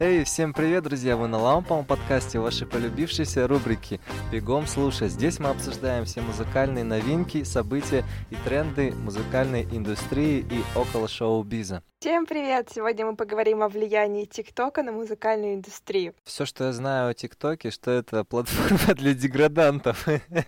Эй, всем привет, друзья! Вы на ламповом подкасте вашей полюбившейся рубрики «Бегом слушай». Здесь мы обсуждаем все музыкальные новинки, события и тренды музыкальной индустрии и около шоу-биза. Всем привет! Сегодня мы поговорим о влиянии ТикТока на музыкальную индустрию. Все, что я знаю о ТикТоке, что это платформа для деградантов.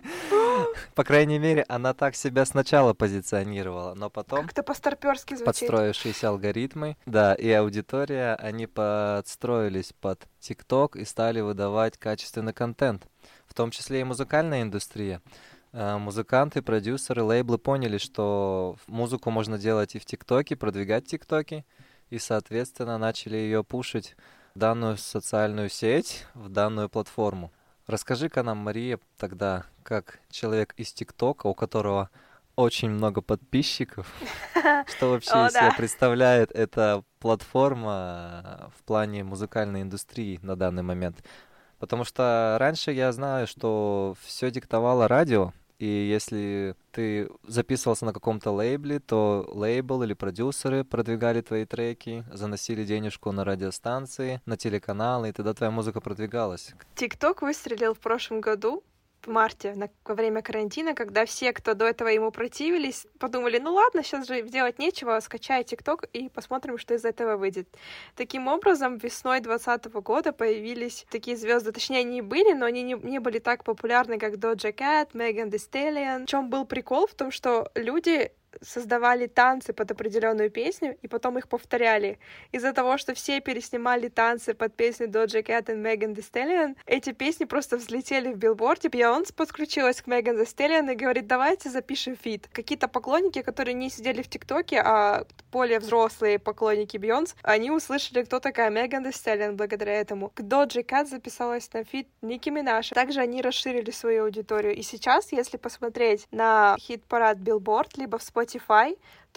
По крайней мере, она так себя сначала позиционировала, но потом... Как-то по-старпёрски звучит. Подстроившиеся алгоритмы, да, и аудитория, они подстроились под ТикТок и стали выдавать качественный контент, в том числе и музыкальная индустрия. Музыканты, продюсеры, лейблы поняли, что музыку можно делать и в ТикТоке, продвигать ТикТоки, и, соответственно, начали ее пушить в данную социальную сеть, в данную платформу. Расскажи-ка нам, Мария, тогда, как человек из ТикТока, у которого очень много подписчиков, что вообще из себя представляет эта платформа в плане музыкальной индустрии на данный момент. Потому что раньше я знаю, что все диктовало радио, и если ты записывался на каком-то лейбле, то лейбл или продюсеры продвигали твои треки, заносили денежку на радиостанции, на телеканалы, и тогда твоя музыка продвигалась. ТикТок выстрелил в прошлом году, в марте, во время карантина, когда все, кто до этого ему противились, подумали, ну ладно, сейчас же делать нечего, скачай ТикТок и посмотрим, что из этого выйдет. Таким образом, весной 2020 года появились такие звезды, точнее, они и были, но они не были так популярны, как Doja Cat, Megan Thee Stallion. В чем был прикол? В том, что люди создавали танцы под определенную песню и потом их повторяли. Из-за того, что все переснимали танцы под песню Doja Cat и Megan Thee Stallion, эти песни просто взлетели в билборде. Бейонсе подключилась к Megan Thee Stallion и говорит, давайте запишем фит. Какие-то поклонники, которые не сидели в ТикТоке, а более взрослые поклонники Бейонсе, они услышали, кто такая Megan Thee Stallion благодаря этому. К Doja Cat записалась на фит Ники Минаж. Также они расширили свою аудиторию. И сейчас, если посмотреть на хит-парад Billboard, либо в Spotify, то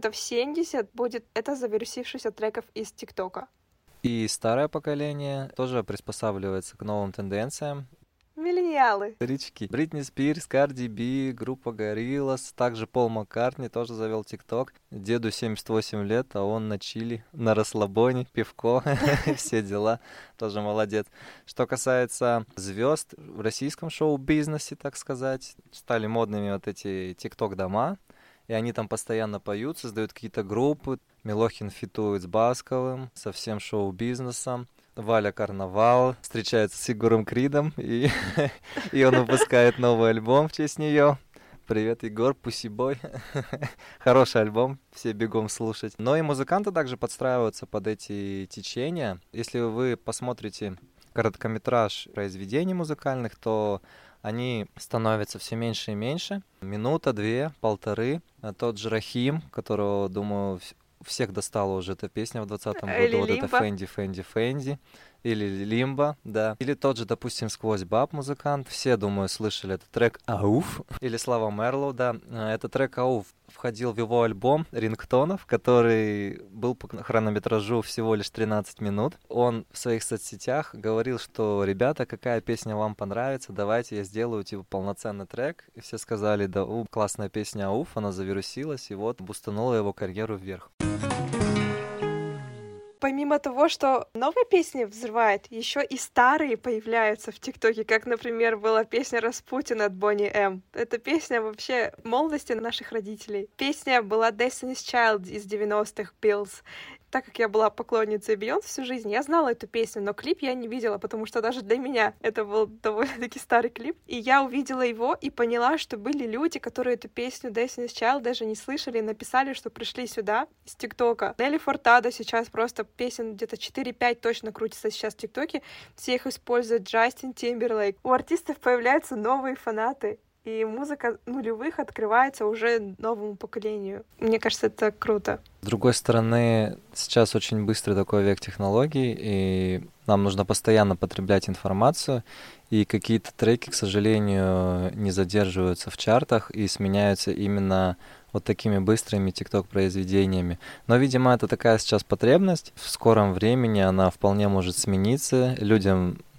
70% будет это завирусившихся треков из ТикТока. И старое поколение тоже приспосабливается к новым тенденциям. Миллениалы. Старички. Бритни Спирс, Карди Би, группа Gorillaz, также Пол Маккартни тоже завел ТикТок. Деду 78 лет, а он на чили, на расслабоне, пивко, все дела. Тоже молодец. Что касается звезд в российском шоу-бизнесе, так сказать, стали модными вот эти ТикТок-дома, и они там постоянно поют, создают какие-то группы. Милохин фитует с Басковым, со всем шоу-бизнесом. Валя Карнавал встречается с Егором Кридом, и он выпускает новый альбом в честь нее. Привет, Егор, Пусибой. Хороший альбом, все бегом слушать. Но и музыканты также подстраиваются под эти течения. Если вы посмотрите короткометраж произведений музыкальных, то они становятся все меньше и меньше. Минута, две, полторы. Тот же Рахим, которого, думаю, всех достала уже эта песня в 2020 году. Вот это Фэнди. Или Лимба, да. Или тот же, допустим, «Сквозь баб» музыкант. Все, думаю, слышали этот трек «Ауф». Или Слава Мерлоу, да. Этот трек «Ауф» входил в его альбом рингтонов, который был по хронометражу всего лишь 13 минут. Он в своих соцсетях говорил, что «Ребята, какая песня вам понравится, давайте я сделаю типа полноценный трек». И все сказали, да, классная песня «Ауф», она завирусилась, и вот бустанула его карьеру вверх. Помимо того, что новые песни взрывают, еще и старые появляются в ТикТоке, как, например, была песня «Распутин» от Бонни М. Эта песня вообще молодости наших родителей. Песня была Destiny's Child из 90-х, Pills. Так как я была поклонницей Бейонсе всю жизнь, я знала эту песню, но клип я не видела, потому что даже для меня это был довольно-таки старый клип. И я увидела его и поняла, что были люди, которые эту песню Destiny's Child даже не слышали и написали, что пришли сюда из ТикТока. Нелли Фуртадо сейчас просто песен где-то 4-5 точно крутится сейчас в ТикТоке. Все их используют, Джастин Тимберлейк. У артистов появляются новые фанаты. И музыка нулевых открывается уже новому поколению. Мне кажется, это круто. С другой стороны, сейчас очень быстрый такой век технологий, и нам нужно постоянно потреблять информацию, и какие-то треки, к сожалению, не задерживаются в чартах и сменяются именно вот такими быстрыми TikTok-произведениями. Но, видимо, это такая сейчас потребность. В скором времени она вполне может смениться. Людям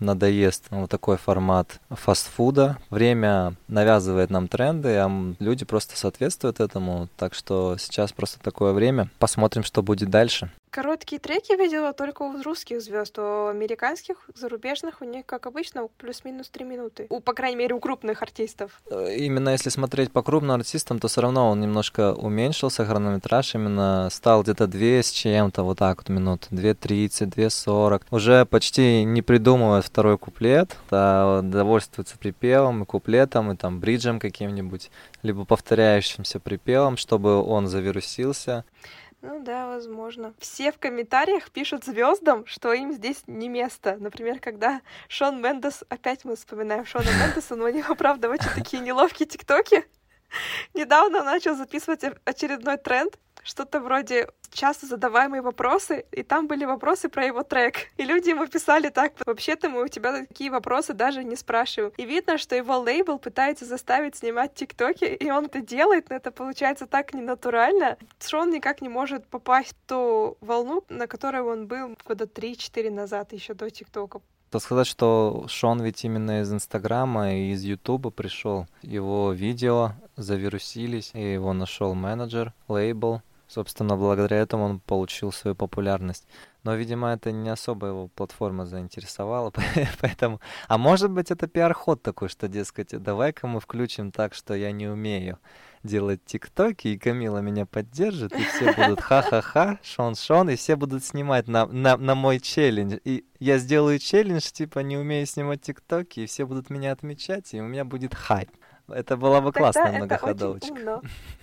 надоест вот такой формат фастфуда. Время навязывает нам тренды, а люди просто соответствуют этому. Так что сейчас просто такое время. Посмотрим, что будет дальше. Короткие треки видела только у русских звезд, у американских, зарубежных у них, как обычно, плюс-минус 3 минуты. По крайней мере, у крупных артистов. Именно если смотреть по крупным артистам, то все равно он немножко уменьшился, хронометраж именно стал где-то 2 с чем-то, вот так вот минут, 2:30, 2:40. Уже почти не придумывают второй куплет, а довольствуются припевом и куплетом, и там бриджем каким-нибудь, либо повторяющимся припевом, чтобы он завирусился. Ну да, возможно. Все в комментариях пишут звездам, что им здесь не место. Например, когда Шон Мендес, опять мы вспоминаем Шона Мендеса, но у него, правда, очень такие неловкие тиктоки. Недавно начал записывать очередной тренд, что-то вроде часто задаваемые вопросы, и там были вопросы про его трек. И люди ему писали так: вообще-то мы у тебя такие вопросы даже не спрашиваем. И видно, что его лейбл пытается заставить снимать тиктоки, и он это делает, но это получается так ненатурально. Шон никак не может попасть в ту волну, на которой он был года 3-4 назад, еще до тиктока. Сказать, что Шон ведь именно из Инстаграма и из Ютуба пришел. Его видео завирусились, и его нашел менеджер, лейбл. Собственно, благодаря этому он получил свою популярность. Но, видимо, это не особо его платформа заинтересовала, поэтому... А может быть, это пиар-ход такой, что, дескать, давай-ка мы включим так, что я не умею делать тиктоки, и Камила меня поддержит, и все будут ха-ха-ха, Шон, и все будут снимать на мой челлендж. И я сделаю челлендж, типа, не умею снимать тиктоки, и все будут меня отмечать, и у меня будет хайп. Это была бы классная многоходовочка.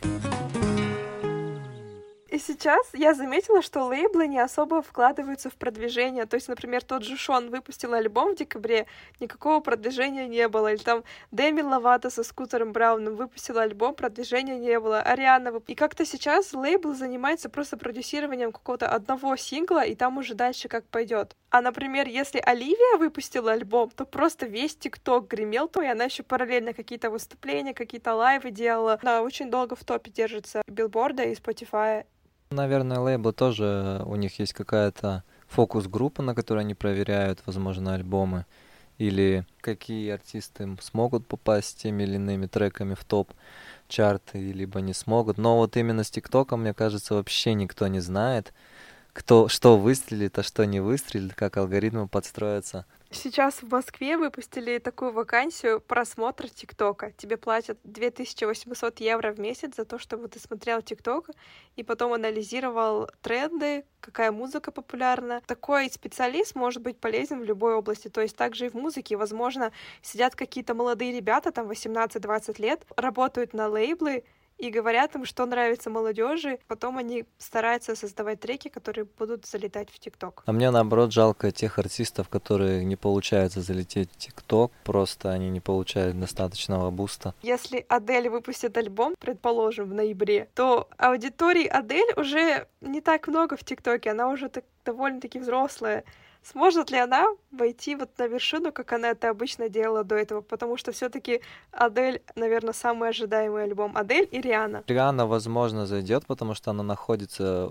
И сейчас я заметила, что лейблы не особо вкладываются в продвижение. То есть, например, тот же Шон выпустил альбом в декабре, никакого продвижения не было. Или там Дэми Ловато со Скутером Брауном выпустила альбом, продвижения не было. Ариана. И как-то сейчас лейбл занимается просто продюсированием какого-то одного сингла, и там уже дальше как пойдет. А, например, если Оливия выпустила альбом, то просто весь ТикТок гремел, то и она еще параллельно какие-то выступления, какие-то лайвы делала. Она очень долго в топе держится Билборда и Spotify. Наверное, лейблы тоже, у них есть какая-то фокус-группа, на которой они проверяют, возможно, альбомы, или какие артисты смогут попасть с теми или иными треками в топ-чарты, либо не смогут. Но вот именно с ТикТоком, мне кажется, вообще никто не знает, что выстрелит, а что не выстрелит, как алгоритмы подстроятся. Сейчас в Москве выпустили такую вакансию просмотра ТикТока. Тебе платят 2800 евро в месяц за то, чтобы ты смотрел ТикТок и потом анализировал тренды, какая музыка популярна. Такой специалист может быть полезен в любой области. То есть также и в музыке. Возможно, сидят какие-то молодые ребята, там 18-20 лет, работают на лейблы, и говорят им, что нравится молодежи, потом они стараются создавать треки, которые будут залетать в ТикТок. А мне, наоборот, жалко тех артистов, которые не получается залететь в ТикТок, просто они не получают достаточного буста. Если Адель выпустит альбом, предположим, в ноябре, то аудитории Адель уже не так много в ТикТоке, она уже довольно-таки взрослая. Сможет ли она войти вот на вершину, как она это обычно делала до этого? Потому что все-таки Адель, наверное, самый ожидаемый альбом. Адель и Риhanna. Риhanna, возможно, зайдет, потому что она находится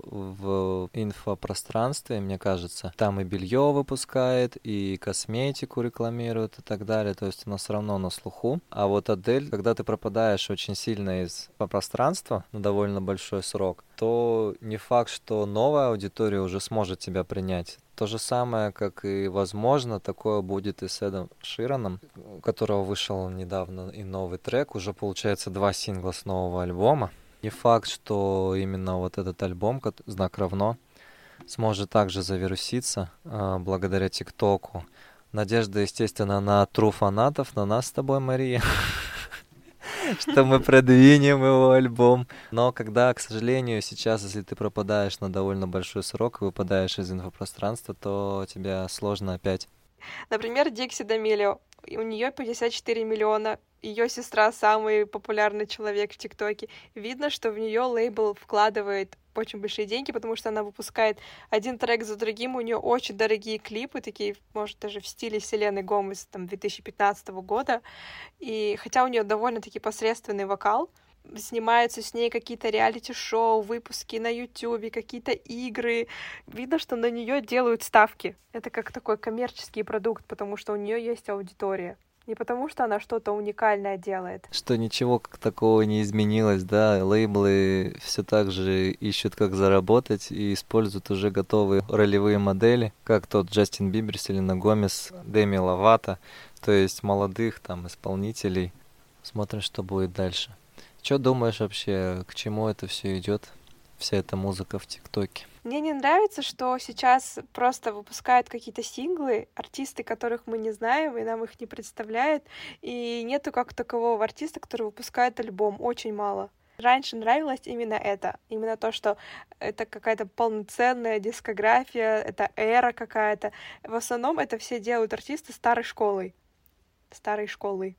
в инфопространстве, мне кажется. Там и белье выпускает, и косметику рекламирует и так далее. То есть она все равно на слуху. А вот Адель, когда ты пропадаешь очень сильно из пространства на довольно большой срок, то не факт, что новая аудитория уже сможет тебя принять. То же самое, как и, возможно, такое будет и с Эдом Шираном, у которого вышел недавно и новый трек, уже, получается, 2 сингла с нового альбома. Не факт, что именно вот этот альбом, «Знак равно», сможет также завируситься благодаря ТикТоку. Надежда, естественно, на true фанатов, на нас с тобой, Мария. Что мы продвинем его альбом. Но когда, к сожалению, сейчас, если ты пропадаешь на довольно большой срок и выпадаешь из инфопространства, то тебе сложно опять. Например, Дикси Дамилио. У нее 54 миллиона. Ее сестра самый популярный человек в ТикТоке. Видно, что в нее лейбл вкладывает очень большие деньги, потому что она выпускает один трек за другим, у нее очень дорогие клипы, такие, может, даже в стиле Селены Гомес, там, 2015 года, и хотя у нее довольно-таки посредственный вокал, снимаются с ней какие-то реалити-шоу, выпуски на Ютубе, какие-то игры. Видно, что на нее делают ставки. Это как такой коммерческий продукт, потому что у нее есть аудитория. Не потому, что она что-то уникальное делает. Что ничего как такого не изменилось, да, лейблы все так же ищут, как заработать, и используют уже готовые ролевые модели, как тот Джастин Бибер, Селена Гомес, Деми Ловато, то есть молодых там исполнителей. Смотрим, что будет дальше. Что думаешь вообще, к чему это все идет, вся эта музыка в ТикТоке? Мне не нравится, что сейчас просто выпускают какие-то синглы, артисты, которых мы не знаем, и нам их не представляют, и нету как такового артиста, который выпускает альбом, очень мало. Раньше нравилось именно это, именно то, что это какая-то полноценная дискография, это эра какая-то. В основном это все делают артисты старой школы. Старой школы.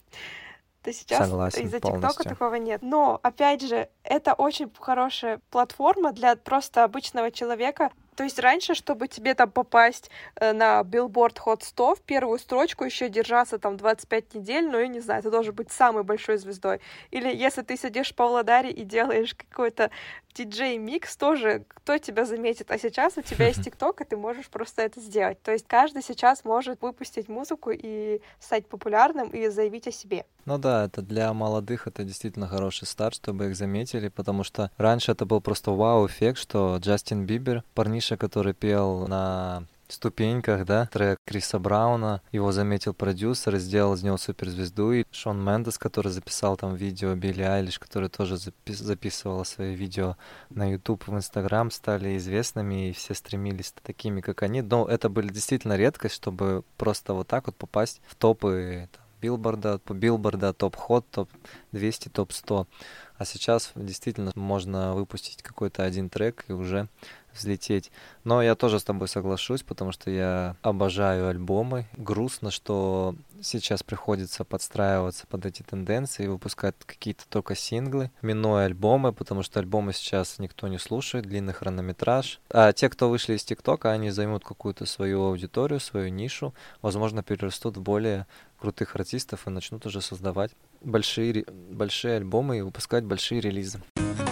То сейчас Согласен из-за ТикТока полностью. такого нет. Но, опять же, это очень хорошая платформа для просто обычного человека. То есть раньше, чтобы тебе там попасть на Billboard Hot 100 в первую строчку, еще держаться там 25 недель, ну, я не знаю, ты должен быть самой большой звездой. Или если ты сидишь в Павлодаре и делаешь какой-то диджей-микс, тоже кто тебя заметит? А сейчас у тебя есть ТикТок, и ты можешь просто это сделать. То есть каждый сейчас может выпустить музыку и стать популярным и заявить о себе. Ну да, это для молодых это действительно хороший старт, чтобы их заметили, потому что раньше это был просто вау-эффект, что Джастин Бибер, парниша, который пел на ступеньках, да, трек Криса Брауна, его заметил продюсер и сделал из него суперзвезду, и Шон Мендес, который записал там видео, Билли Айлиш, который тоже записывала свои видео на YouTube, в Instagram, стали известными, и все стремились стать такими, как они, но это были действительно редкость, чтобы просто вот так вот попасть в топы билборда, топ-хот, топ-200, топ-100. А сейчас действительно можно выпустить какой-то один трек и уже взлететь. Но я тоже с тобой соглашусь, потому что я обожаю альбомы. Грустно, что сейчас приходится подстраиваться под эти тенденции и выпускать какие-то только синглы, минуя альбомы, потому что альбомы сейчас никто не слушает, длинный хронометраж. А те, кто вышли из ТикТока, они займут какую-то свою аудиторию, свою нишу, возможно, перерастут в более крутых артистов и начнут уже создавать большие альбомы и выпускать большие релизы.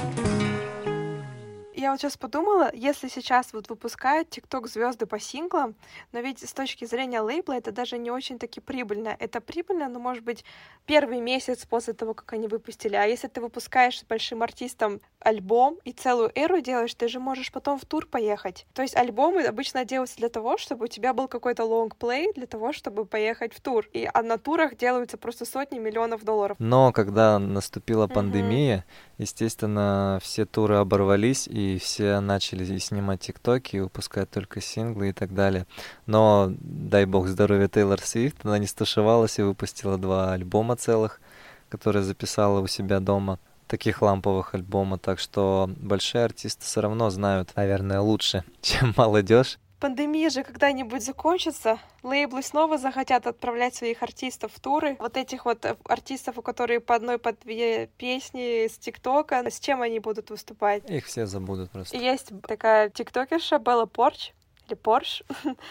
Я вот сейчас подумала, если сейчас вот выпускают ТикТок-звезды по синглам, но ведь с точки зрения лейбла это даже не очень-таки прибыльно. Это прибыльно, но, может быть, первый месяц после того, как они выпустили. А если ты выпускаешь с большим артистом альбом и целую эру делаешь, ты же можешь потом в тур поехать. То есть альбомы обычно делаются для того, чтобы у тебя был какой-то лонгплей, для того, чтобы поехать в тур. А на турах делаются просто сотни миллионов долларов. Но когда наступила пандемия, естественно, все туры оборвались, и все начали снимать тиктоки, выпускать только синглы и так далее. Но, дай бог здоровья Тейлор Свифт, она не стушевалась и выпустила 2 альбома целых, которые записала у себя дома. Таких ламповых альбома, так что большие артисты все равно знают, наверное, лучше, чем молодежь. Пандемия же когда-нибудь закончится, лейблы снова захотят отправлять своих артистов в туры. Вот этих вот артистов, у которых по 1-2 песни с ТикТока, с чем они будут выступать? Их все забудут просто. И есть такая тиктокерша Белла Порч, или Порш.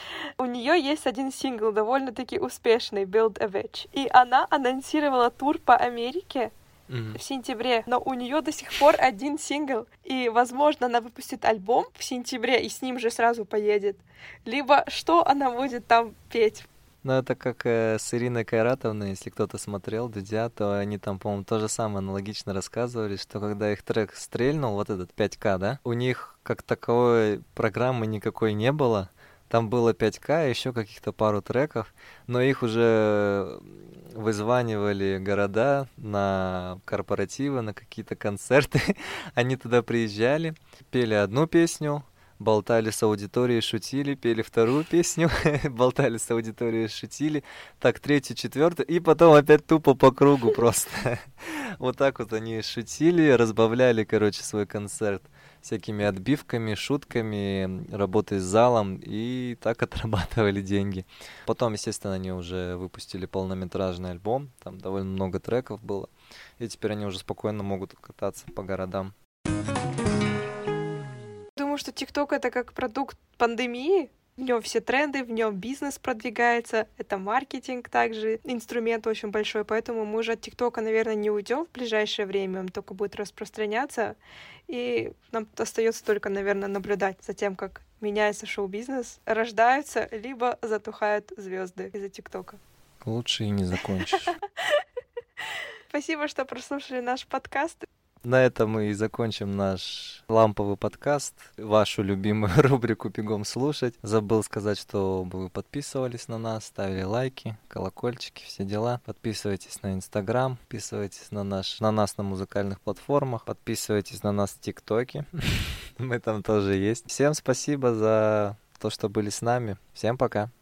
У нее есть один сингл, довольно-таки успешный, Build a Witch. И она анонсировала тур по Америке в сентябре, но у нее до сих пор один сингл, и, возможно, она выпустит альбом в сентябре и с ним же сразу поедет. Либо что она будет там петь? Ну, это как с Ириной Кайратовной, если кто-то смотрел Дудя, то они там, по-моему, то же самое аналогично рассказывали, что когда их трек стрельнул, вот этот 5К, да, у них как таковой программы никакой не было. Там было 5К, еще каких-то пару треков, но их уже вызванивали города на корпоративы, на какие-то концерты. Они туда приезжали, пели одну песню, болтали с аудиторией, шутили, пели вторую песню, болтали с аудиторией, шутили, так, третью, четвертую, и потом опять тупо по кругу просто. Вот так вот они шутили, разбавляли, короче, свой концерт всякими отбивками, шутками, работой с залом, и так отрабатывали деньги. Потом, естественно, они уже выпустили полнометражный альбом, там довольно много треков было, и теперь они уже спокойно могут кататься по городам. Думаю, что ТикТок — это как продукт пандемии, В нем все тренды, в нем бизнес продвигается, это маркетинг также, инструмент очень большой, поэтому мы уже от ТикТока, наверное, не уйдем в ближайшее время, он только будет распространяться, и нам остается только, наверное, наблюдать за тем, как меняется шоу-бизнес, рождаются, либо затухают звезды из-за ТикТока. Лучше и не закончишь. Спасибо, что прослушали наш подкаст. На этом мы и закончим наш ламповый подкаст, вашу любимую рубрику «Бегом слушать». Забыл сказать, что вы подписывались на нас, ставили лайки, колокольчики, все дела. Подписывайтесь на Инстаграм, подписывайтесь на нас на музыкальных платформах, подписывайтесь на нас в ТикТоке. Мы там тоже есть. Всем спасибо за то, что были с нами. Всем пока.